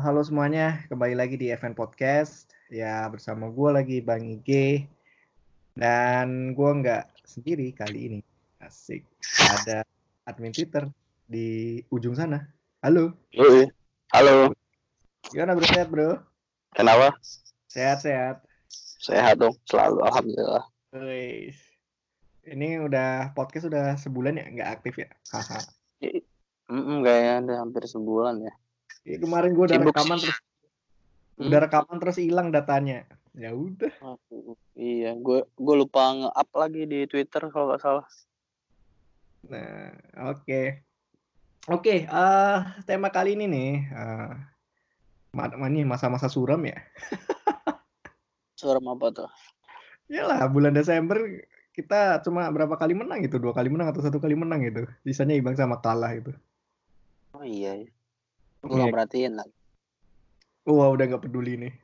Halo semuanya, kembali lagi di Event Podcast. Ya, bersama gue lagi Bang Ige. Dan gue nggak sendiri kali ini. Asik. Ada admin Twitter di ujung sana. Halo. Yoi. Halo, Gimana bro, sehat bro? kenapa? Sehat-sehat. Sehat dong, selalu alhamdulillah. Wih. Ini udah podcast udah sebulan ya, nggak aktif ya? Haha. Kayaknya udah hampir sebulan ya. Ya, kemarin gue udah Sibuk rekaman sih. terus hilang datanya. Ya udah. Iya, gue lupa nge-up lagi di Twitter kalau nggak salah. Nah, oke. Oke, tema kali ini nih, masa-masa suram ya. Suara apa tuh? Iyalah, bulan Desember kita cuma berapa kali menang gitu, 2 kali menang atau 1 kali menang gitu. Sisanya imbang sama kalah itu. Oh iya, gue Iya. nggak perhatiin lagi. Wah, udah nggak peduli nih.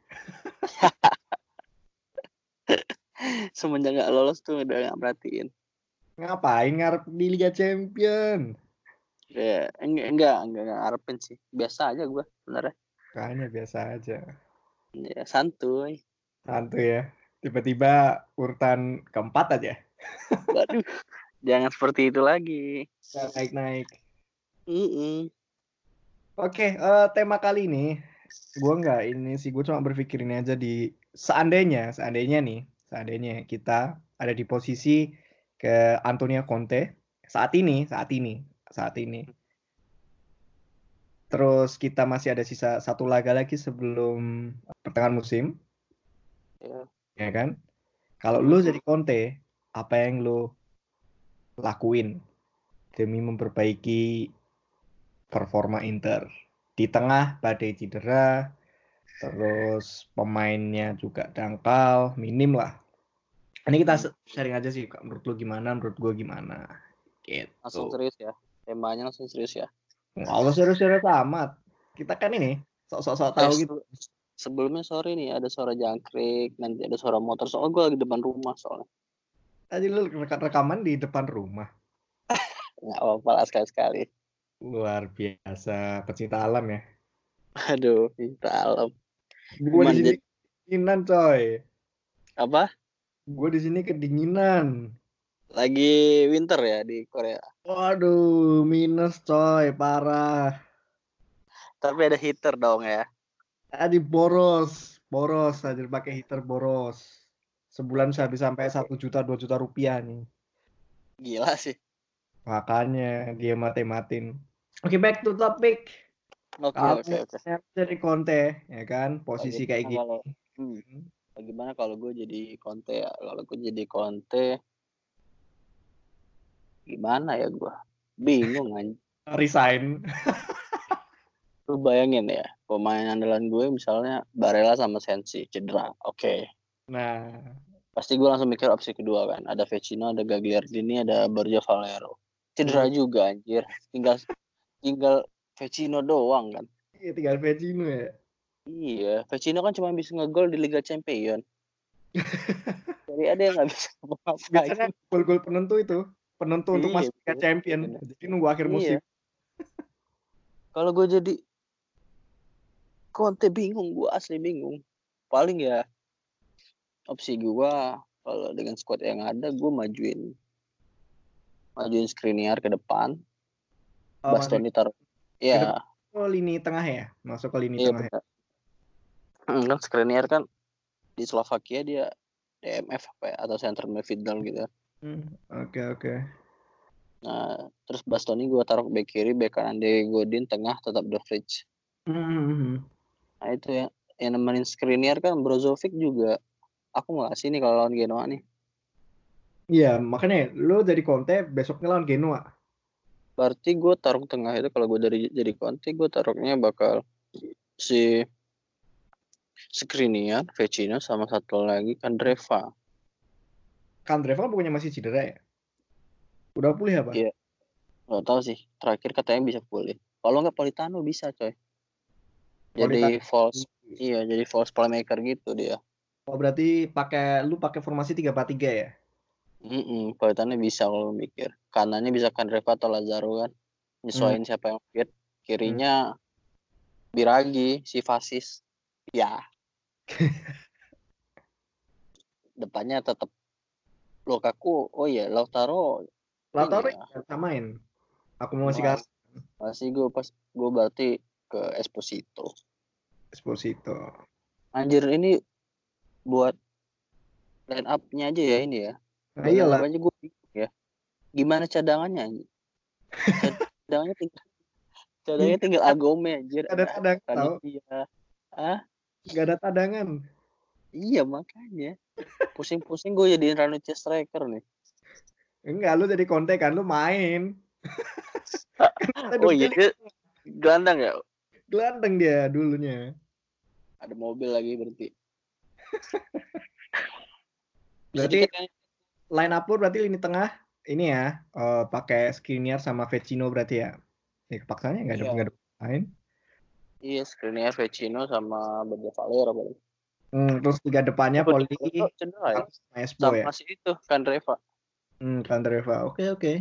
Semenjak nggak lolos tuh udah nggak perhatiin. Ngapain ngarep di Liga Champion? Ya, enggak ngarepin sih. Biasa aja gue sebenarnya. Kayaknya biasa aja. Ya, santuy. Santuy ya. Tiba-tiba urutan keempat aja. Waduh, jangan seperti itu lagi. Nggak naik-naik. Mm-mm. Oke, tema kali ini gue cuma berpikir ini aja di seandainya kita ada di posisi ke Antonio Conte saat ini. Terus kita masih ada sisa satu laga lagi sebelum pertengahan musim, Ya. ya kan? Kalau Mm-mm. lu jadi Conte, apa yang lu lakuin demi memperbaiki performa Inter di tengah badai cedera? Terus pemainnya juga dangkal, minim lah. Ini kita sharing aja sih, menurut lu gimana, menurut gue gimana. Langsung Gitu. serius ya. Temanya langsung serius ya. Nggak usah serius-serius amat. Kita kan ini, sok-sok tahu gitu. Sebelumnya sorry nih, ada suara jangkrik, nanti ada suara motor. Soalnya gue lagi depan rumah soalnya. Tadi lu rekaman di depan rumah. Nggak apa-apa lah sekali-sekali. Luar biasa, pecinta alam ya. Aduh, minta alam. Gue di Gimana sini jadi kedinginan, coy. apa? Gue di sini kedinginan. Lagi winter ya di Korea. Waduh, minus coy, parah. Tapi ada heater dong ya. Tadi boros aja pakai heater boros. Sebulan bisa habis sampai 1 juta 2 juta rupiah nih. Gila sih. Makanya dia mati-matin. Oke, back to topic. Kamu Oke. jadi Conte, ya kan? Posisi kayak Bagaimana gini. kalau bagaimana kalau gue jadi Conte ya? Kalau gue jadi Conte, gimana ya gue? Bingung aja. Resign. Lu bayangin ya, pemain andalan gue misalnya Barella sama Sensi cedera. Oke. Nah, Pasti gue langsung mikir opsi kedua kan. Ada Vecino, ada Gagliardini, ada Borja Valero. Cedera hmm, juga anjir. Tinggal Vecino doang kan. iya, tinggal Vecino ya. Iya, Vecino kan cuma bisa ngegol di Liga Champion. Jadi ada yang nggak bisa Biasanya ngapain. gol-gol penentu untuk Iya, masuk Liga Champion. bener. Jadi nunggu akhir Iya. musim. Kalau gue jadi Conte bingung, gue asli bingung. Paling ya opsi gue kalau dengan squad yang ada gue majuin Skriniar ke depan, Masuk Bastoni taruh. ke depan Ya, ke lini tengah ya, masuk ke lini iya tengah ya. benar. Kan Skriniar kan di Slovakia dia DMF apa ya, atau center midfielder gitu. Oke. Nah, terus Bastoni gue taruh ke back kiri, back kanan De Godin, tengah tetap De Vrij. Nah itu ya, yang nemenin Skriniar kan Brozovic juga. Aku mau kasih nih kalau lawan Genoa nih. Iya, makanya lo dari Conte besoknya lawan Genoa. Berarti gue taruh tengah itu kalau gue jadi Conte gue taruhnya bakal si Skriniar, Vecino sama satu lagi Kandreva. Kandreva kan bukannya masih cedera ya? Udah pulih apa? Iya, nggak tahu sih. Terakhir katanya bisa pulih. Kalau nggak Politano bisa coy. Jadi false, iya jadi false playmaker gitu dia. Oh, berarti lu pakai formasi 3-4-3 ya? Politano bisa kalau mikir. Kanannya bisa Kandreva atau Lazaro kan. Nyesuaiin siapa yang fit. Kirinya Biragi, si Fasis. Ya. Depannya tetap Lukaku. Oh iya, Lautaro ya samain. Aku mau kasih masih gue berarti ke Esposito. Anjir, ini buat line up-nya aja ya ini ya. Nah, iyalah. Aja gue bingung ya. Gimana cadangannya? Cadangannya tinggal Agome anjir. Gak ada cadangan tau. Gak ada cadangan. Iya makanya. Pusing-pusing gue jadiin Ranocchia striker nih. Enggak, lu jadi Conte kan, lu main. Oh iya, dia gelandang ya? Gelandang dia dulunya. Ada mobil lagi berarti. Berarti line up lu berarti lini tengah ini ya, pakai Skriniar sama Vecino berarti ya. Ya kepaksanya nggak ada main. Iya, Skriniar, Vecino sama Beda Valera berarti. Terus 3 depannya Poli cedera ya? sama Espo ya. Masih itu Candreva. Candreva. Oke.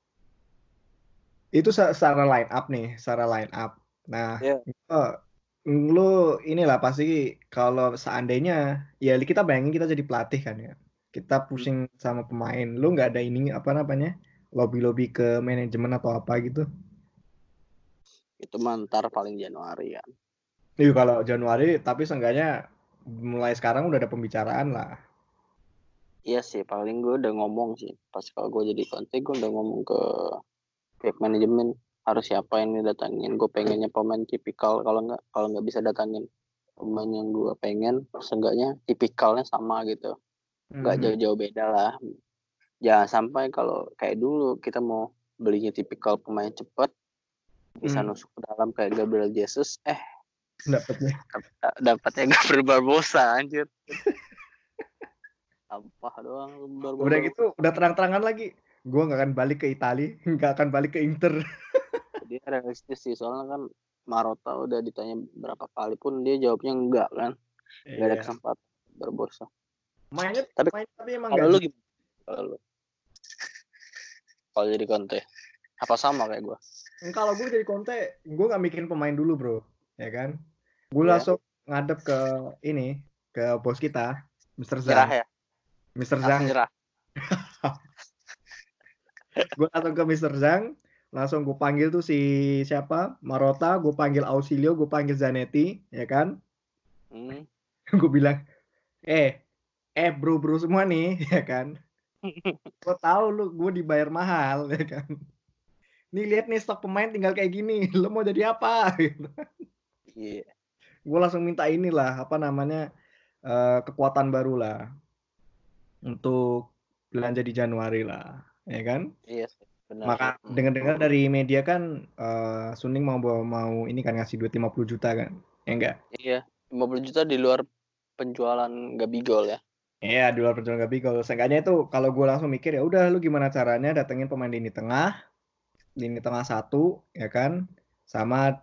Itu secara line up nih, Nah, lu inilah pasti kalau seandainya ya kita bayangin kita jadi pelatih kan ya. Kita pusing sama pemain. Lu nggak ada ini apa namanya? Lobby ke manajemen atau apa gitu. Itu mantar paling Januari ya. Iya kalau Januari, tapi seenggaknya mulai sekarang udah ada pembicaraan lah. Iya sih, paling gue udah ngomong sih. Pas kalau gue jadi Conte, gue udah ngomong ke pihak manajemen harus siapa yang didatangin. Gue pengennya pemain tipikal, kalau nggak bisa datangin pemain yang gue pengen, seenggaknya tipikalnya sama gitu. Nggak jauh-jauh beda lah. Jangan sampai kalau kayak dulu kita mau belinya tipikal pemain cepat, bisa nusuk ke dalam kayak Gabriel Jesus, dapatnya Gabriel Barbosa anjir. Sampah doang. Udah gitu udah terang-terangan lagi, gue nggak akan balik ke Italia, nggak akan balik ke Inter. Dia realistis sih, soalnya kan Marotta udah ditanya berapa kali pun dia jawabnya enggak kan. Nggak ada kesempatan Barbosa. Tapi emang kalau lu gimana? Kalau jadi Conte apa sama kayak gue? Kalau gue jadi Conte, gue nggak mikirin pemain dulu bro, ya kan? Gue langsung ngadep ke ini, ke bos kita, Mr. Zhang. Ya? Mr. Zhang. Gue langsung ke Mr. Zhang, langsung gue panggil tuh si siapa, Marotta, gue panggil Ausilio, gue panggil Zanetti, ya kan? Gue bilang, bro semua nih, ya kan? Gue tahu lu, gue dibayar mahal, ya kan? Nih lihat nih stok pemain tinggal kayak gini, lo mau jadi apa? Iya. Gue langsung minta inilah apa namanya kekuatan baru lah untuk belanja di Januari lah, ya kan? Iya sih, benar. Maka dengar-dengar dari media kan Suning mau ini kan ngasih duit 50 juta kan, ya enggak? Iya, 50 juta di luar penjualan Gabigol ya. Iya, di luar penjualan Gabigol. Seenggaknya itu kalau gue langsung mikir ya udah lu gimana caranya datengin pemain lini tengah 1 ya kan, sama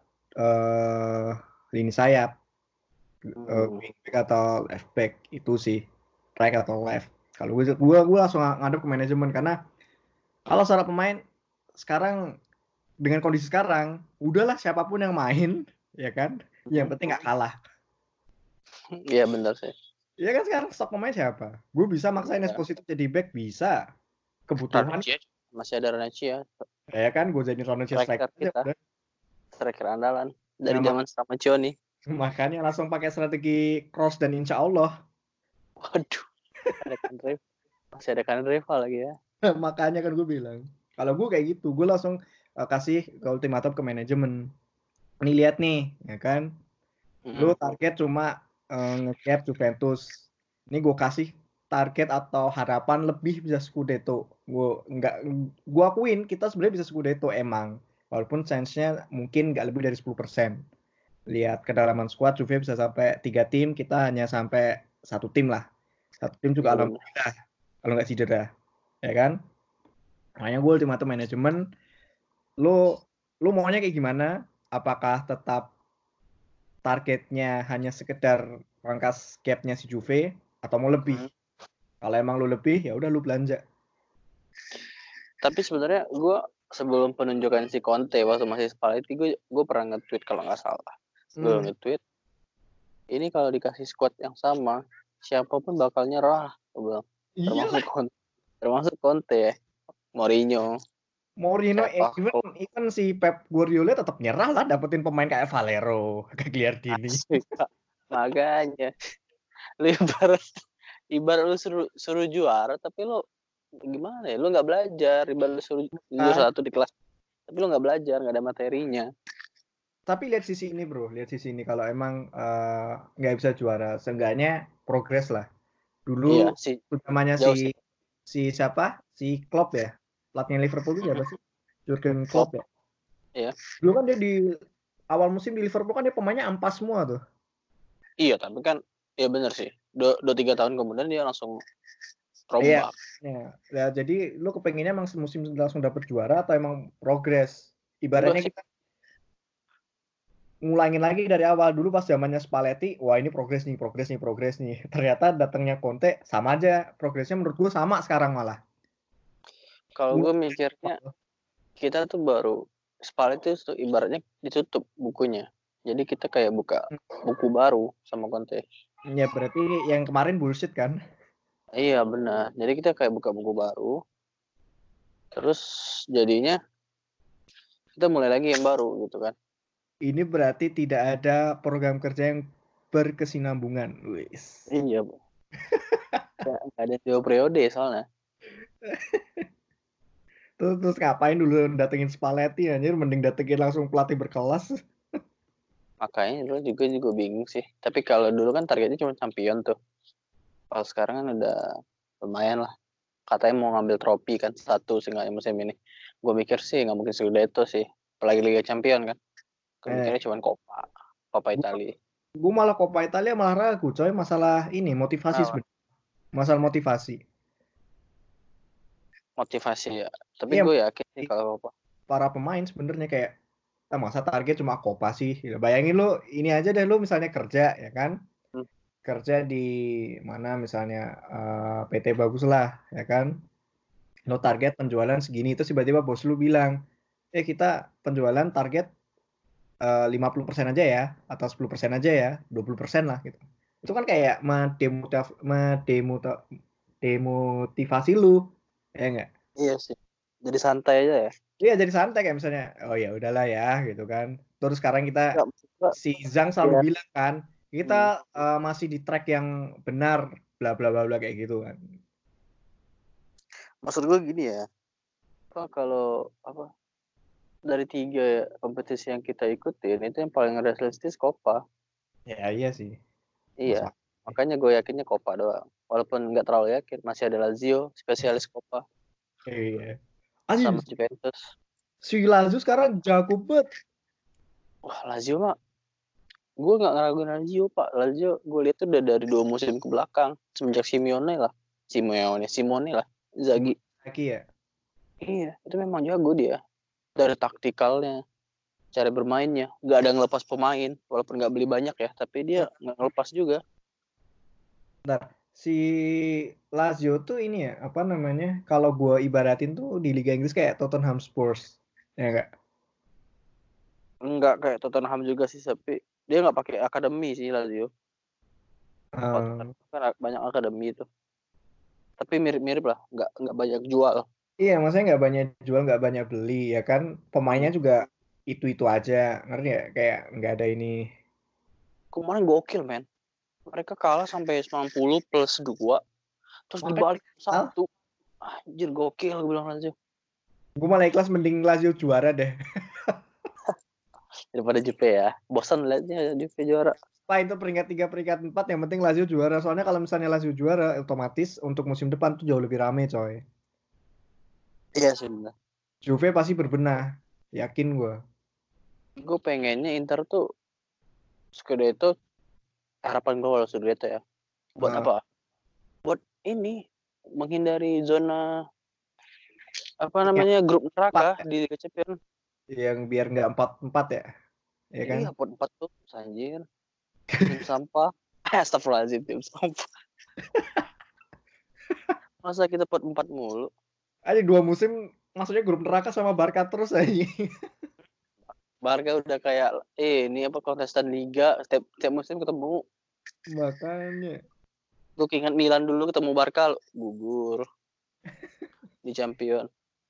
lini sayap, wingback atau left back itu sih, right atau left. Kalau gue langsung ngadep ke manajemen karena kalau secara pemain sekarang dengan kondisi sekarang udahlah siapapun yang main ya kan, yang penting nggak kalah. Iya benar sih. Iya kan sekarang stok pemain siapa? Gue bisa maksain Esposito jadi back bisa. Kebutuhan masih ada Ranocchia. Ya kan, gue jadi Ranocchia striker kita. Striker andalan dari zaman sama Cioni. Makanya langsung pakai strategi cross dan insya Allah. Waduh, masih ada Candreva lagi ya. Makanya kan gue bilang, kalau gue kayak gitu, gue langsung kasih ultimatum ke manajemen. Nih lihat nih, ya kan, lu target cuma nge-cap Juventus. Ini gue kasih target atau harapan lebih bisa Scudetto. Gue akuin kita sebenarnya bisa Scudetto emang, walaupun chance-nya mungkin nggak lebih dari 10%. Lihat kedalaman squad, Juve bisa sampai 3 tim, kita hanya sampai 1 tim lah. 1 tim juga alhamdulillah kalau nggak cedera, ya kan? Makanya gue ultimatum manajemen, lu maunya kayak gimana? Apakah tetap targetnya hanya sekedar pangkas gapnya si Juve atau mau lebih? Kalau emang lu lebih, ya udah lu belanja. Tapi sebenarnya gue sebelum penunjukan si Conte waktu masih Spalletti, gue pernah nge-tweet kalau nggak salah. Gue nge-tweet, ini kalau dikasih squad yang sama, siapapun bakal nyerah. Gue bilang, termasuk Conte, Mourinho, even si Pep Guardiola tetap nyerah lah dapetin pemain kayak Valero, kayak Gagliardini. Makanya lu ibarat lu suruh juara tapi lu gimana ya, lu nggak belajar. Ibarat lu suruh juara 1 di kelas tapi lu nggak belajar, nggak ada materinya. Tapi lihat sisi ini bro, lihat sisi ini, kalau emang nggak bisa juara, seenggaknya progres lah. Dulu namanya si siapa, si Klopp ya, pelatih Liverpool itu siapa sih, Jurgen Klopp ya. Iya. Dulu kan dia di awal musim di Liverpool kan dia pemainnya ampas semua tuh. Iya, tapi kan ya bener sih. 2-3 tahun kemudian dia langsung rombak. Iya. Ya, jadi lu kepengennya emang musim langsung dapet juara atau emang progres? Ibaratnya kita ngulangin lagi dari awal. Dulu pas zamannya Spalletti, wah ini progres nih. Ternyata datangnya Conte sama aja, progresnya menurut gue sama sekarang malah. Kalau gue mikirnya kita tuh baru Spalletti itu ibaratnya ditutup bukunya. Jadi kita kayak buka buku baru sama Conte. Ya berarti yang kemarin bullshit kan? Iya benar. Jadi kita kayak buka buku baru. Terus jadinya kita mulai lagi yang baru gitu kan. Ini berarti tidak ada program kerja yang berkesinambungan, wis. Iya, Bu. Nggak ada 2 periode soalnya. Terus ngapain dulu datengin Spalletti anjir, mending datengin langsung pelatih berkelas. Makanya dulu juga bingung sih. Tapi kalau dulu kan targetnya cuma champion tuh. Kalau sekarang kan udah lumayan lah. Katanya mau ngambil trofi kan 1 seenggaknya musim ini. Gue mikir sih nggak mungkin Scudetto sih. Apalagi Liga Champion kan. Kemungkinannya cuma Coppa Italia. Gue malah Coppa Italia malah ragu coy, masalah ini motivasi sebenarnya. Masalah motivasi. Motivasi ya. Tapi gue yakin sih kalau para pemain sebenarnya kayak masa target cuma Coppa sih. Bayangin lu ini aja deh, lu misalnya kerja ya kan. Kerja di mana misalnya PT bagus lah ya kan. Lo target penjualan segini, itu tiba-tiba bos lu bilang, kita penjualan target 50% aja ya, atau 10% aja ya, 20% lah gitu. Itu kan kayak demotivasi lu, ya enggak? Iya sih. Jadi santai aja ya. Iya, jadi santai kayak misalnya, oh ya udahlah ya gitu kan. Terus sekarang kita si Zhang selalu bilang kan, kita masih di track yang benar, bla bla bla bla kayak gitu kan. Maksud gue gini ya. Kalau dari 3 kompetisi yang kita ikutin itu yang paling realistis Coppa. Ya iya sih. Iya. Makanya gue yakinnya Coppa doang. Walaupun nggak terlalu yakin, masih ada Lazio spesialis Coppa. Iya. Sama Juventus. Si Lazio sekarang jago banget. Wah, Lazio mah gue nggak ngeraguin Lazio, Pak. Lazio gue lihat tuh udah dari 2 musim ke belakang semenjak Simone lah. Zaghi. Ya. Iya, itu memang jago dia. Dari taktikalnya, cara bermainnya, nggak ada ngelepas pemain, walaupun nggak beli banyak ya, tapi dia nggak ngelepas juga. Nah, si Lazio tuh ini ya, apa namanya, kalau gue ibaratin tuh di Liga Inggris kayak Tottenham Spurs, ya nggak? Nggak kayak Tottenham juga sih, tapi dia nggak pakai akademi sih Lazio. Kan banyak akademi itu. Tapi mirip-mirip lah, nggak banyak jual. Iya, maksudnya nggak banyak jual, nggak banyak beli, ya kan? Pemainnya juga itu aja, ngerti ya? Kayak nggak ada ini. Kemarin gokil, men. Mereka kalah sampai 90 plus 2, terus dibalik 1. Anjir, gokil gue bilang Lazio. Gue malah ikhlas mending Lazio juara deh. Daripada Juve ya. Bosan liatnya Juve juara. Pak, itu peringkat 3, peringkat 4, yang penting Lazio juara. Soalnya kalau misalnya Lazio juara, otomatis untuk musim depan tuh jauh lebih rame, coy. Iya sih benar. Juve pasti berbenah, yakin gue. Gue pengennya Inter tuh Scudetto, harapan gue kalau Scudetto ya. Buat apa? Buat ini, menghindari zona grup neraka di Liga Champions. Yang biar nggak 4-4 ya. Ya kan? Iya, 4 tuh anjir. Tim sampah. Astagfirullahaladzim, tim sampah. Masa kita 4 mulu? Ada 2 musim maksudnya grup neraka sama Barca terus aja. Barca udah kayak ini apa kontestan liga tiap musim ketemu. Makanya. Gue ingat Milan dulu ketemu Barca gugur di champion.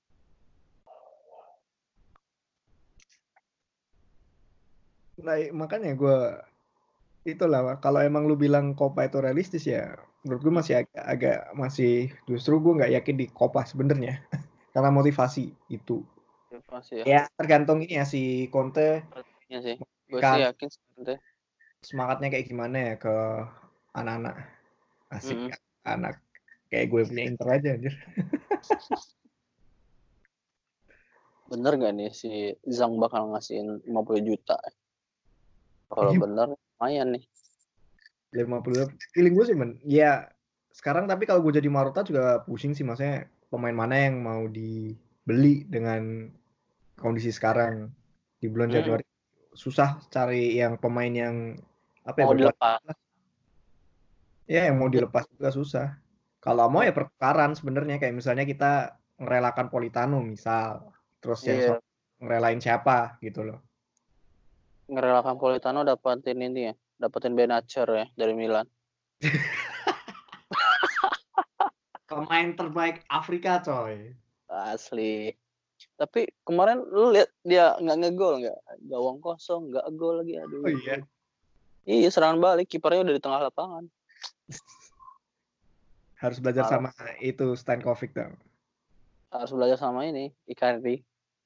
Nah, makanya gue itulah kalau emang lu bilang Copa itu realistis ya, menurut gue masih agak masih justru gue nggak yakin di Copa sebenarnya karena motivasi itu. Motivasi ya. Ya tergantung ini ya si Conte. Iya sih. Gue Kan sih yakin sebenarnya. semangatnya kayak gimana ya ke anak-anak asik anak kayak gue punya Inter aja anjir. Bener gak nih si Zhang bakal ngasihin 50 juta? Kalau bener lumayan nih. 50 feeling gue sih ya sekarang, tapi kalau gue jadi Marotta juga pusing sih, maksudnya pemain mana yang mau dibeli dengan kondisi sekarang di bulan Januari. Susah cari yang pemain yang apa ya Mau berkualitas. dilepas. Ya yang mau dilepas juga susah. Kalau mau ya pertukaran sebenarnya, kayak misalnya kita ngerelakan Politano misal, terus yang Iya. ngerelain siapa gitu loh. Ngerelakan Politano dapetin ini ya, dapetin Benacer ya dari Milan. Pemain terbaik Afrika coy. Asli. Tapi kemarin lu lihat dia nggak ngegol nggak? Gawang kosong, nggak gol lagi, aduh. Oh iya. Iya, serangan balik, kipernya udah di tengah lapangan. Harus belajar sama itu Stankovic dong. Harus belajar sama ini, Icardi.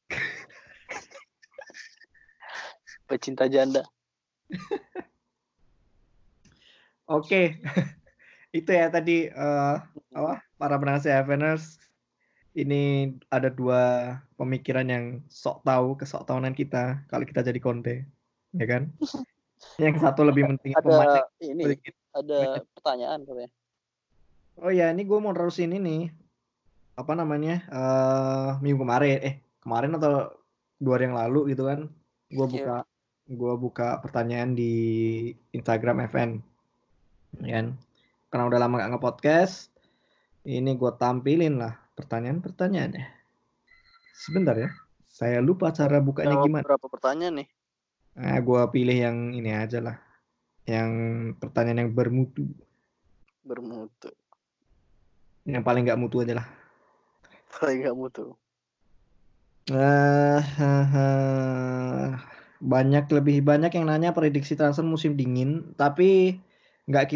Pecinta janda. Oke. Itu ya tadi para penasihat Haveners ini ada dua pemikiran yang sok tahu kesok-tahunan kita kalau kita jadi Conte, ya kan? Yang satu lebih penting pemain. Ada pertanyaan katanya. Oh ya, ini gue mau terusin ini apa namanya minggu kemarin atau 2 hari yang lalu gitu kan, gue buka pertanyaan di Instagram FN, ya kan? Karena udah lama gak nge-podcast, ini gue tampilin lah pertanyaan-pertanyaannya. Sebentar ya, saya lupa cara bukanya gimana. Berapa pertanyaan nih? Nah, gue pilih yang ini aja lah, yang pertanyaan yang bermutu. Yang paling gak mutu aja lah. Paling gak mutu. Lebih banyak yang nanya prediksi transfer musim dingin, tapi nggak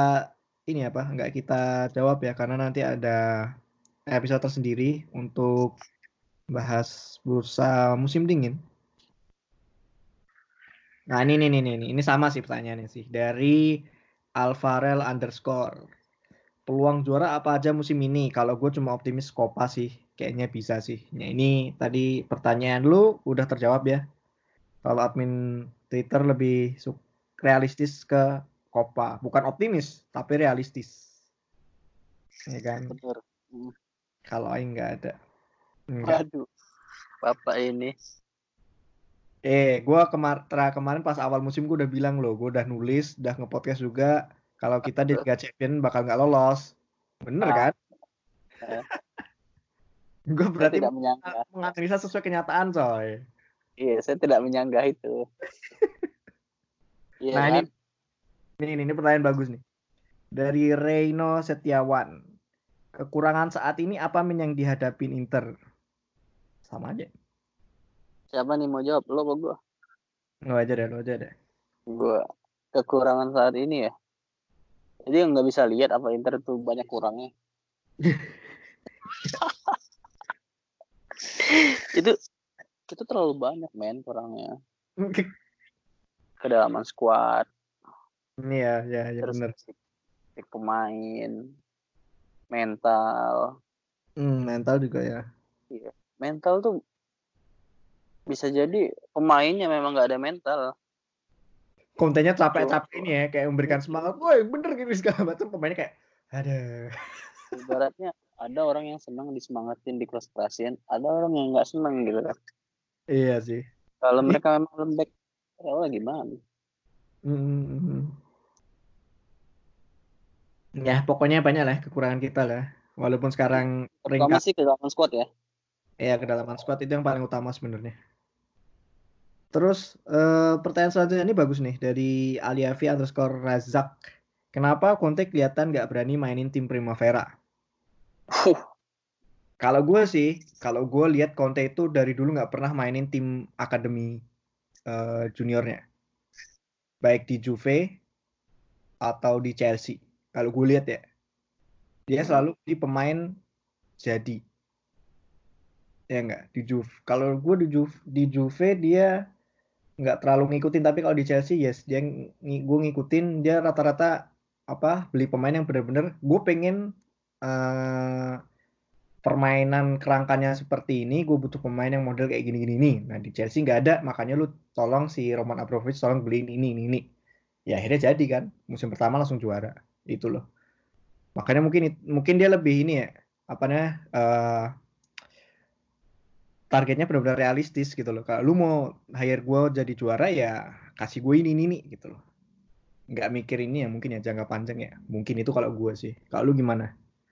kita jawab ya, karena nanti ada episode tersendiri untuk bahas bursa musim dingin. Nah ini sama sih pertanyaannya sih, dari Alvarel _ peluang juara apa aja musim ini? Kalau gue cuma optimis Copa sih, kayaknya bisa sih. Nah ini tadi pertanyaan lu udah terjawab ya. Kalau admin Twitter lebih realistis ke Copa, bukan optimis tapi realistis, ya kan? Bener. Kalau Aing nggak ada. Waduh, bapak ini. Gue kemarin pas awal musim gue udah bilang loh, gue udah nulis, udah nge-podcast juga, kalau kita di Liga Champion bakal nggak lolos. Bener kan? Gue berarti menganalisa sesuai kenyataan coy. Iya, saya tidak menyanggah itu. Nah kan? ini pertanyaan bagus nih. Dari Reino Setiawan. Kekurangan saat ini apa yang dihadapin Inter? Sama aja. Siapa nih mau jawab? Lo apa gue? Lo aja deh. Gue. Kekurangan saat ini ya. Jadi nggak bisa lihat apa Inter tuh banyak kurangnya. itu terlalu banyak kurangnya. Kedalaman squad. Iya terus benar. Pemain, mental. Mental juga ya. Iya, mental tuh bisa jadi pemainnya memang nggak ada mental. Kontenya capek-capek ini ya, kayak memberikan semangat. Woi bener gitu segala macam, pemainnya kayak ada. Ibaratnya ada orang yang senang disemangatin, dikeras-kerasin, ada orang yang nggak senang gitu kan. Iya sih. Kalau mereka memang lembek, gimana? Ya pokoknya banyak lah kekurangan kita lah. Walaupun sekarang pertama sih kedalaman squad ya. Iya, kedalaman squad itu yang paling utama sebenarnya. Terus pertanyaan selanjutnya ini bagus nih dari Aliafi_Razak. Kenapa Conte kelihatan nggak berani mainin tim Primavera? Kalau gue lihat Conte itu dari dulu nggak pernah mainin tim akademi juniornya, baik di Juve atau di Chelsea. Kalau gue lihat ya, dia selalu di pemain jadi, ya nggak di Juve. Kalau gue di Juve dia nggak terlalu ngikutin, tapi kalau di Chelsea yes dia gue ngikutin dia rata-rata apa beli pemain yang benar-benar gue pengen permainan kerangkanya seperti ini, gue butuh pemain yang model kayak gini-gini nih. Nah di Chelsea nggak ada, makanya lu tolong si Roman Abramovich tolong beliin ini. Ya akhirnya jadi kan, musim pertama langsung juara. Itu loh. Makanya mungkin dia lebih ini ya, apa namanya, targetnya benar-benar realistis gitu loh. Kalau lu mau hire gue jadi juara ya kasih gue ini gitu loh. Nggak mikir ini ya mungkin ya jangka panjang ya. Mungkin itu kalau gue sih. Kalau lu gimana?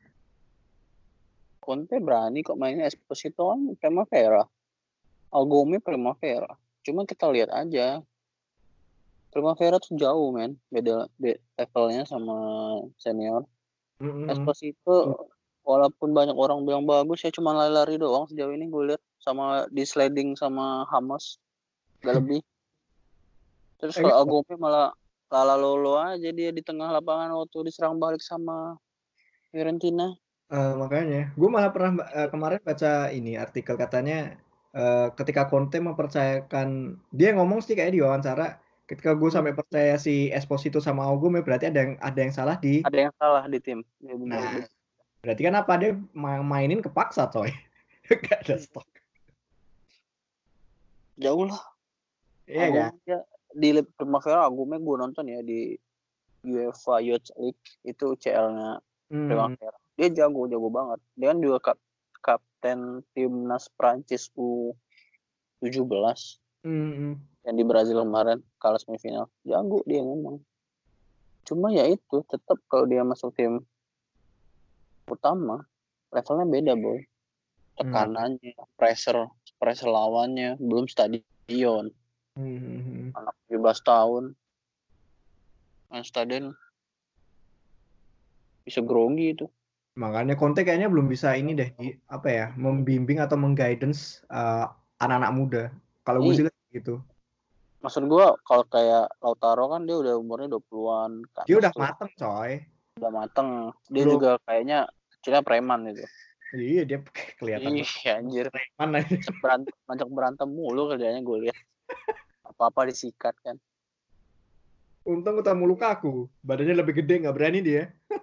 Conte berani kok mainnya Esposito kan Primavera. Algomi Primavera. Cuma kita lihat aja. Primavera tuh jauh men. Beda levelnya sama senior. Esposito walaupun banyak orang bilang bagus ya cuma lari-lari doang sejauh ini gue lihat, sama di sliding sama Hamas gak lebih. Terus kalau Algomi malah lala lolo aja dia di tengah lapangan waktu diserang balik sama Fiorentina. Makanya gue malah pernah kemarin baca ini artikel katanya ketika Conte mempercayakan, dia ngomong sih kayak di wawancara, ketika gue sampai percaya si Esposito sama Augume berarti ada yang salah di. Ada yang salah di tim ya, benar. Nah berarti kan apa, dia mainin kepaksa coy. Gak ada stok jauh lah. iya kan. Ya, di Primavera Agume gue nonton ya di UEFA Youth League itu CL-nya Primavera. Dia jago banget. Dia kan juga kapten timnas Prancis U17 yang di Brazil kemarin kalah semifinal. Jago dia memang. Cuma ya itu tetap kalau dia masuk tim utama levelnya beda boy. Tekanannya, pressure lawannya, belum stadion. Anak 17 tahun main stadion bisa grogi itu. Makanya Conte kayaknya belum bisa ini deh apa ya, membimbing atau mengguidance anak-anak muda. Kalau gue sih gitu. Maksud gue kalau kayak Lautaro kan dia udah umurnya 20-an ke atas. Dia udah mateng coy. Udah mateng. Dia juga kayaknya kecilnya preman itu. Iya dia kelihatan anjir. preman aja. Berantem mulu kerjanya gue lihat. Apa-apa disikat kan. Untung ketemu Lukaku, badannya lebih gede, nggak berani dia.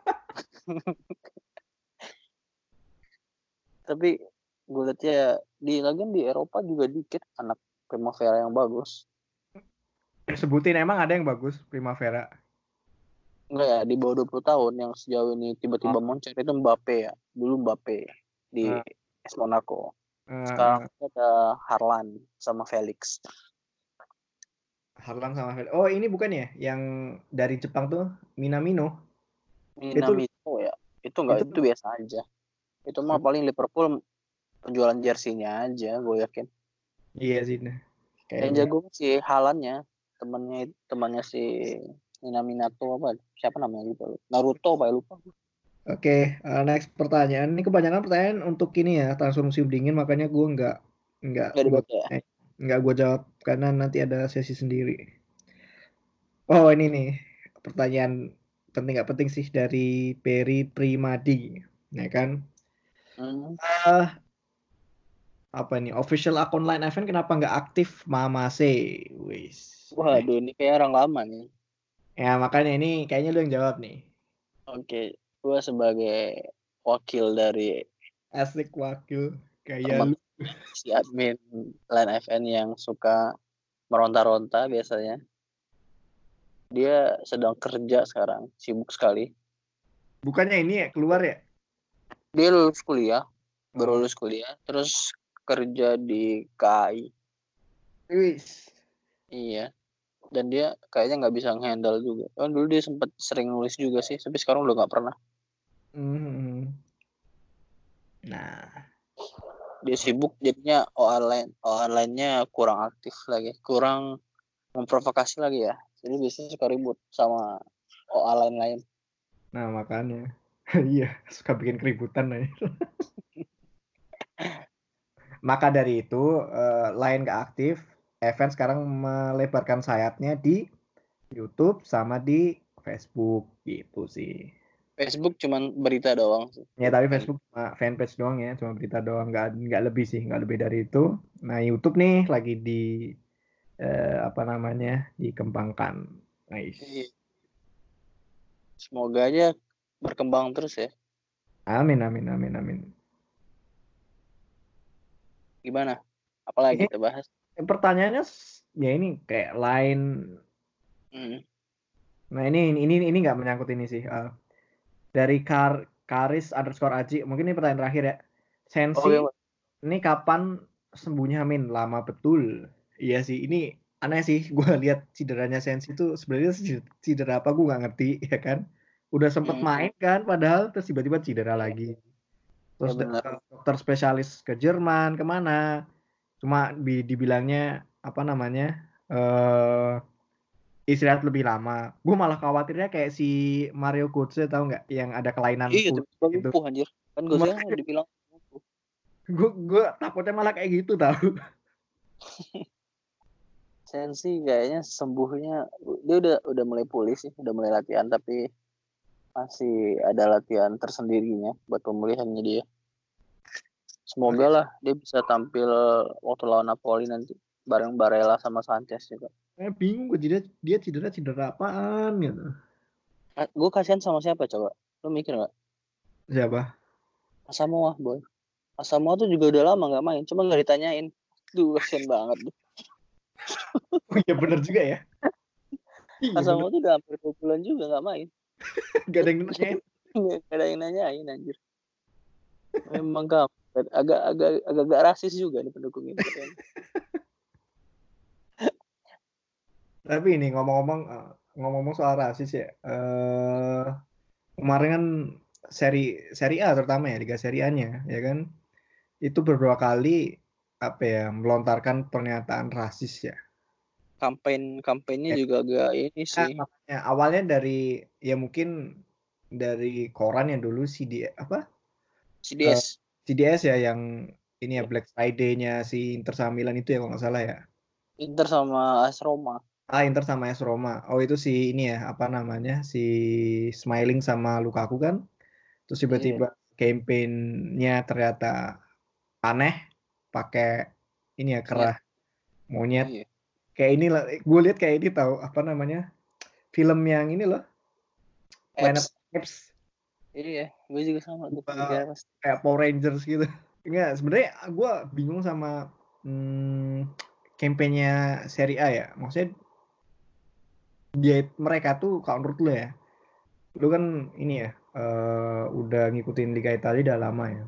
Tapi gue lihat ya di Eropa juga dikit anak Primavera yang bagus. Sebutin emang ada yang bagus Primavera. Enggak ya, di bawah 20 tahun yang sejauh ini tiba-tiba muncul itu Mbappe ya. Dulu Mbappe di AS Monaco. Sekarang ada Harlan sama Felix. Harlan sama Felix. Oh ini bukan ya yang dari Jepang tuh Minamino. Minamino ya. Itu enggak, itu biasa aja. Itu mah paling Liverpool penjualan jersinya aja, gue yakin. Iya sih. Yang jago sih Halannya, temannya si Minaminato apa? Siapa namanya gitu? Naruto apa ya, lupa. Oke, next pertanyaan. Ini kebanyakan pertanyaan untuk ini ya, transfer musim dingin, makanya gue nggak gue jawab karena nanti ada sesi sendiri. Oh ini nih pertanyaan penting nggak penting sih dari Peri Primadi, ya kan? Apa nih official akun Line Event kenapa nggak aktif Mamase? Wis. Waduh, ini kayak orang lama nih. Ya makanya ini kayaknya lu yang jawab nih. Oke, gue sebagai wakil dari Asik wakil kayak lu. Si admin Line FN yang suka meronta-ronta biasanya. Dia sedang kerja sekarang, sibuk sekali. Bukannya ini ya keluar ya? Dia lulus kuliah, baru lulus kuliah, terus kerja di KAI. Wis. Iya. Dan dia kayaknya nggak bisa nge-handle juga. Kan dulu dia sempat sering nulis juga sih, tapi sekarang udah nggak pernah. Nah, Dia sibuk jadinya online-nya kurang aktif lagi, kurang memprovokasi lagi ya. Jadi biasanya suka ribut sama online lain. Nah makanya iya suka bikin keributan nih. Maka dari itu Line gak aktif, Event sekarang melebarkan sayapnya di YouTube sama di Facebook gitu sih. Facebook cuman berita doang sih. Ya tapi Facebook cuma fanpage doang ya, cuma berita doang, nggak lebih sih, nggak lebih dari itu. Nah YouTube nih lagi di apa namanya dikembangkan. Nice. Semoga aja berkembang terus ya. Amin amin amin amin. Gimana? Apalagi kita bahas? Pertanyaannya ya ini kayak Line. Nah ini nggak menyangkut ini sih. Dari Karis _ Aji, mungkin ini pertanyaan terakhir ya. Sensi ini kapan sembuhnya Min? Lama betul. Iya sih, ini aneh sih. Gue lihat cederanya Sensi itu sebenarnya cedera apa gue nggak ngerti ya kan. Udah sempet main kan, padahal terus tiba-tiba cedera lagi. Terus dokter spesialis ke Jerman kemana? Cuma dibilangnya apa namanya? Istirahat lebih lama. Gue malah khawatirnya kayak si Mario Götze tahu nggak yang ada kelainan itu gitu. anjir. Kan Götze dibilang gue takutnya malah kayak gitu tahu. Sensi kayaknya sembuhnya dia udah mulai pulih sih, udah mulai latihan tapi masih ada latihan tersendirinya buat pemulihannya dia. Semoga lah dia bisa tampil waktu lawan Napoli nanti bareng Barella sama Sanchez juga. Bingung gue dia cedera apaan gitu. Gue kasihan sama siapa coba? Lo mikir nggak? Siapa? Asamoah boy. Asamoah tuh juga udah lama nggak main, cuma nggak ditanyain. Duh kasihan banget. Oh iya bener juga ya. Asamoah tuh udah hampir 2 bulan juga nggak main. Gak ada yang nanyain. Gak ada yang nanyain anjir. Memang agak rasis juga nih pendukung ini. Tapi ini ngomong-ngomong soal rasis ya. Kemarin kan seri A terutama ya, Liga Serie A-nya ya kan. Itu beberapa kali apa ya melontarkan pernyataan rasis ya. Kampanye juga agak ini sih. Awalnya dari ya mungkin dari koran yang dulu CDS ya yang ini ya Black Friday-nya si Inter sama Milan itu ya kalau nggak salah ya. Inter sama AS Roma. Inter sama AS Roma. Oh itu si ini ya apa namanya si Smalling sama Lukaku kan. Terus tiba-tiba campaign-nya ternyata aneh, pakai ini ya kerah monyet. Kayak ini lah, gue lihat kayak ini tahu apa namanya film yang ini loh, Planet Apes. Iya, gue juga sama. Kayak Power Rangers gitu. Enggak, sebenarnya gue bingung sama campaign-nya Serie A ya. Maksudnya mereka tuh kalau menurut lu ya, lu kan ini ya udah ngikutin Liga Italia udah lama ya.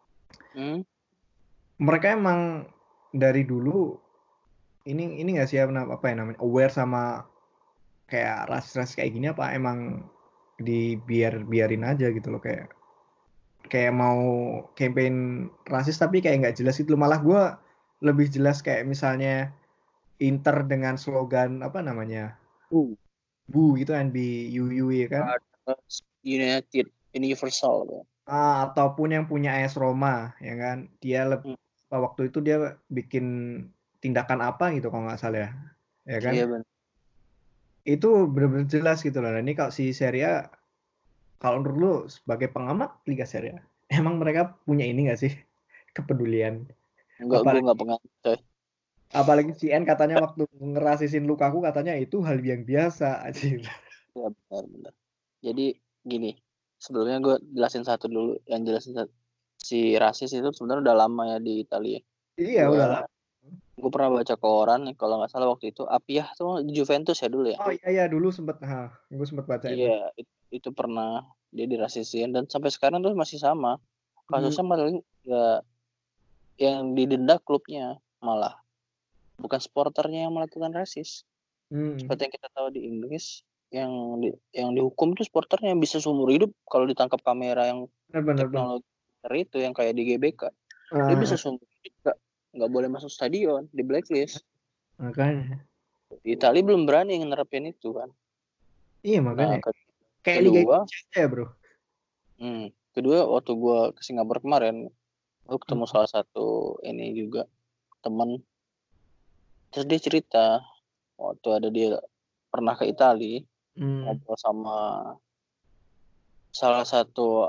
Mereka emang dari dulu ini nggak sih apa ya namanya aware sama kayak ras kayak gini apa emang biarin aja gitu loh kayak mau campaign rasis tapi kayak nggak jelas itu malah gue lebih jelas kayak misalnya Inter dengan slogan apa namanya Bu gitu kan BUU ya kan United Universal ya. Ataupun yang punya AS Roma ya kan dia waktu itu dia bikin tindakan apa gitu kalau nggak salah ya kan iya, bener. Itu benar-benar jelas gitu loh. Nah, ini kalau si Serie A kalau menurut lu sebagai pengamat Liga Serie A emang mereka punya ini nggak sih kepedulian? Enggak, gue nggak pengaruh coy. Apalagi si N katanya waktu ngerasisin Lukaku katanya itu hal yang biasa aja. Ya benar. Jadi gini, sebelumnya gue jelasin satu dulu. Yang jelasin si rasis itu sebenarnya udah lama ya di Italia. Iya udah lama. Gue pernah baca koran kalau nggak salah waktu itu Appiah tuh di Juventus ya dulu ya. Oh iya dulu gue sempet baca itu. Iya itu pernah dia dirasisin dan sampai sekarang tuh masih sama. Kasusnya malah ya yang didenda klubnya malah bukan supporternya yang melakukan rasis. Seperti yang kita tahu di Inggris yang dihukum tuh supporternya yang bisa seumur hidup kalau ditangkap kamera yang teknologi itu yang kayak di GBK. Dia bisa sumpah nggak boleh masuk stadion, di blacklist. Makanya. Di Italia belum berani ngerapin itu kan. Iya makanya. Nah, Kayak Liga kedua, Indonesia ya bro. kedua waktu gue ke Singapura kemarin, gue ketemu salah satu ini juga teman. Terus dia cerita waktu ada dia pernah ke Italia, ngobrol sama salah satu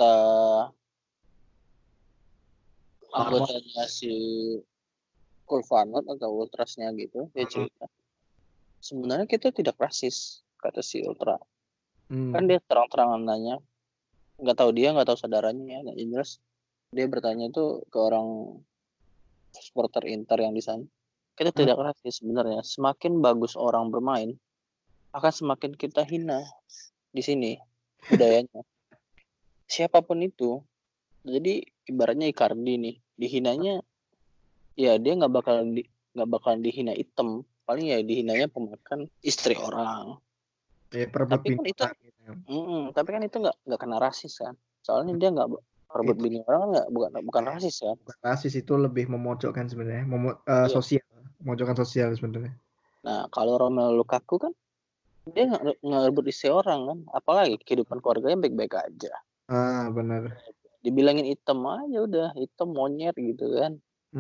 anggotanya si Kulvanot atau Ultrasnya gitu. Dia cerita sebenarnya kita tidak rasis, kata si Ultra. Kan dia terang-terangan nanya, nggak tahu saudaranya ya. Nah, jelas dia bertanya tuh ke orang supporter Inter yang di sana. Kita tidak rasis sebenarnya. Semakin bagus orang bermain, akan semakin kita hina di sini budayanya. Siapapun itu. Jadi ibaratnya Icardi nih, dihinanya ya dia nggak bakal dihina item. Paling ya dihinanya pemakan istri orang. Tapi kan itu tapi kan itu nggak kena rasis kan. Soalnya dia nggak perebut bini orang kan bukan rasis kan. Bukan rasis, itu lebih memojokkan sebenarnya, sosial, memojokkan sosial sebenarnya. Nah kalau Romelu Lukaku kan dia nggak ngerebut istri orang kan, apalagi kehidupan keluarganya baik-baik aja. Benar. Dibilangin hitam aja udah, hitam monyet gitu kan.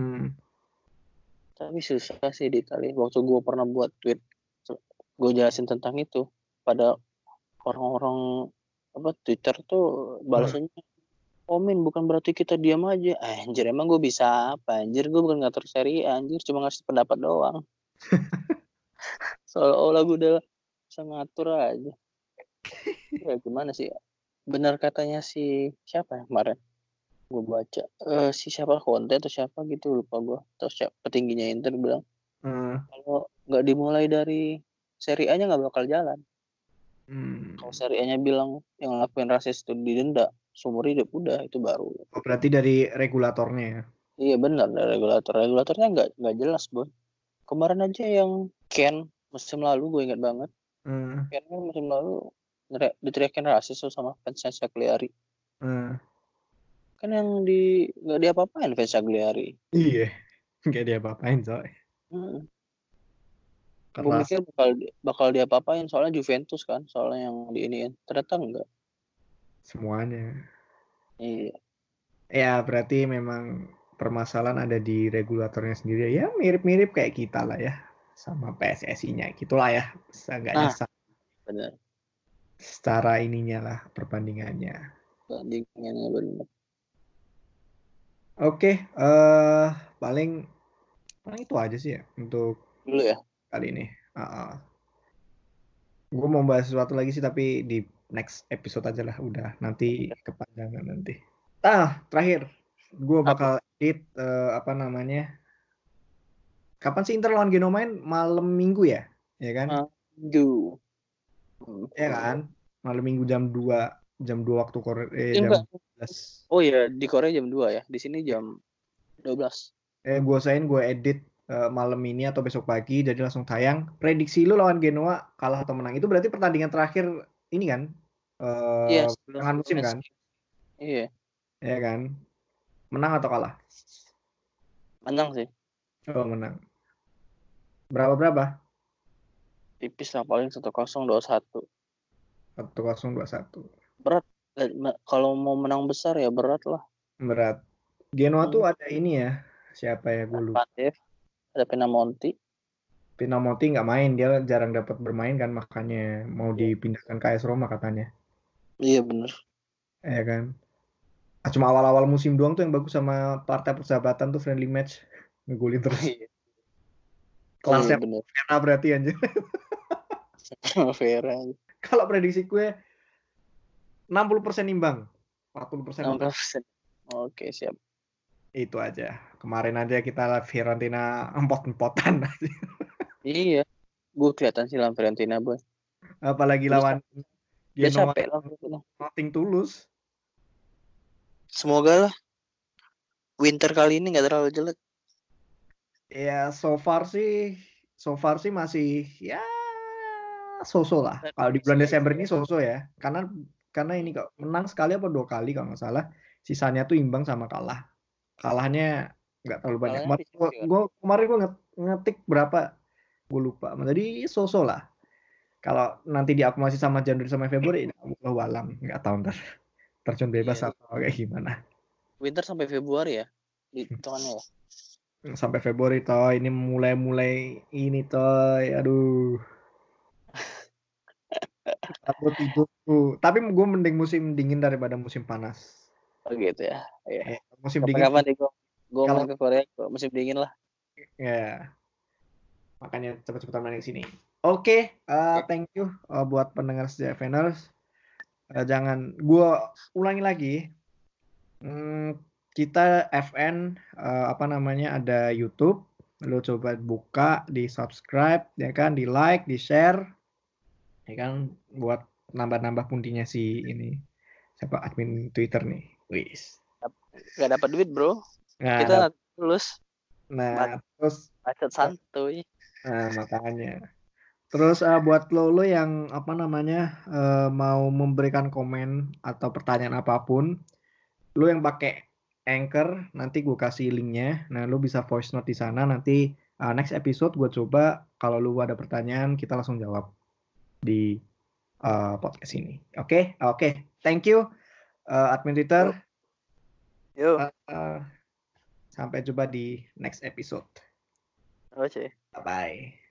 Tapi susah sih di Italia. Waktu gue pernah buat tweet, gue jelasin tentang itu pada orang-orang Twitter tuh balasannya, Min bukan berarti kita diam aja. Anjir emang gue bisa apa? Anjir gue bukan ngatur seri, anjir cuma ngasih pendapat doang. Seolah-olah gue udah bisa ngatur aja. Ya gimana sih? Benar katanya si siapa ya kemarin? Gue baca si siapa Conte atau siapa gitu lupa gue. Atau siapa petingginya Inter bilang kalau nggak dimulai dari seri A-nya nggak bakal jalan. Kalau seri A-nya bilang yang ngelakuin rasis itu didenda seumur hidup, udah itu baru. Berarti dari regulatornya ya? Iya benar, dari regulatornya nggak jelas Bon. Kemarin aja yang Ken musim lalu gue ingat banget. Ken kan musim lalu diteriakin rasis tuh sama fansnya Cagliari. Kan yang nggak diapa-apain fans Cagliari. Iya, nggak diapa-apain soalnya. Gue mikir bakal diapa-apain soalnya Juventus kan, soalnya yang diiniin. Ternyata enggak. Semuanya. Iya. Ya berarti memang permasalahan ada di regulatornya sendiri ya, mirip-mirip kayak kita lah ya, sama PSSI-nya gitulah ya, seenggaknya benar. Secara ininya lah perbandingannya. Perbandingannya benar. Oke, paling itu aja sih ya untuk dulu ya kali ini. Gue mau bahas sesuatu lagi sih tapi di next episode aja lah, udah nanti kepanjangan nanti. Terakhir, gue bakal edit kapan sih Inter lawan Genoa main? Malam Minggu ya? Ya kan? Minggu. Ya kan? Malam Minggu jam 2 waktu Korea jam 12. Oh iya, di Korea jam 2 ya. Di sini jam 12. Gue edit malam ini atau besok pagi jadi langsung tayang. Prediksi lu lawan Genoa kalah atau menang? Itu berarti pertandingan terakhir ini kan? Tengah musim kan? Iya. Ya kan? Menang atau kalah? Menang sih. Oh, menang. Berapa? Tipis lah, paling 1-0 2-1. 1-0 2-1. Berat. Kalau mau menang besar ya berat lah. Berat. Genoa tuh ada ini ya. Siapa ya, gue lupa. Ada Pinamonti. Pinamonti nggak main, dia jarang dapat bermain kan, makanya mau dipindahkan ke AS Roma katanya. Iya bener. Ya kan. Cuma awal-awal musim doang tuh yang bagus sama partai persahabatan tuh, friendly match. Ngegolin terus. Kelasnya Vera berarti anjir. Vera. Kalau prediksi gue 60% imbang. 40% menang. Oke, siap. Itu aja. Kemarin aja kita Fiorentina empot-empotan. Iya. Gue kelihatan sih lawan Fiorentina, Boy. Apalagi lawan Genoa. Nothing tulus. Semoga lah winter kali ini nggak terlalu jelek. Ya so far sih masih ya so-so lah. Kalau di bulan Desember ini so-so ya. Karena ini kok menang sekali apa 2 kali kalau nggak salah. Sisanya tuh imbang sama kalah. kalahnya nggak terlalu banyak. Kalahnya tipis kan? Kemarin gue ngetik berapa, gue lupa. Jadi so-so lah. Kalau nanti diakumulasi sama Januari sama Februari, Allah alam, nggak tahu ntar terjun bebas Iya. atau kayak gimana. Winter sampai Februari ya, hitungannya ya. Sampai Februari toh, ini mulai ini toh, aduh. Aku tidur tuh. Tapi gue mending musim dingin daripada musim panas. Oh gitu ya. Iya. Musim dingin Kapan-kapan nih gue kalau main ke Korea musim dingin lah. ya makanya cepet-cepetan main ke sini. Oke, thank you buat pendengar setia Veners. Jangan gue ulangi lagi. Kita FN apa namanya ada YouTube. Lo coba buka, di subscribe, ya kan, di like, di share, ya kan, buat nambah-nambah pundinya si ini siapa admin Twitter nih, Wis. Gak dapat duit bro. Nah, Kita nanti lulus. terus Bacot santuy. Nah, makanya. Terus buat lo yang apa namanya mau memberikan komen atau pertanyaan apapun, lo yang pakai Anchor, nanti gue kasih linknya. Nah, lo bisa voice note di sana. Nanti next episode gue coba kalau lo ada pertanyaan kita langsung jawab di podcast ini. Oke. Thank you admin Twitter. Yo. Sampai jumpa di next episode. Oke. Bye bye.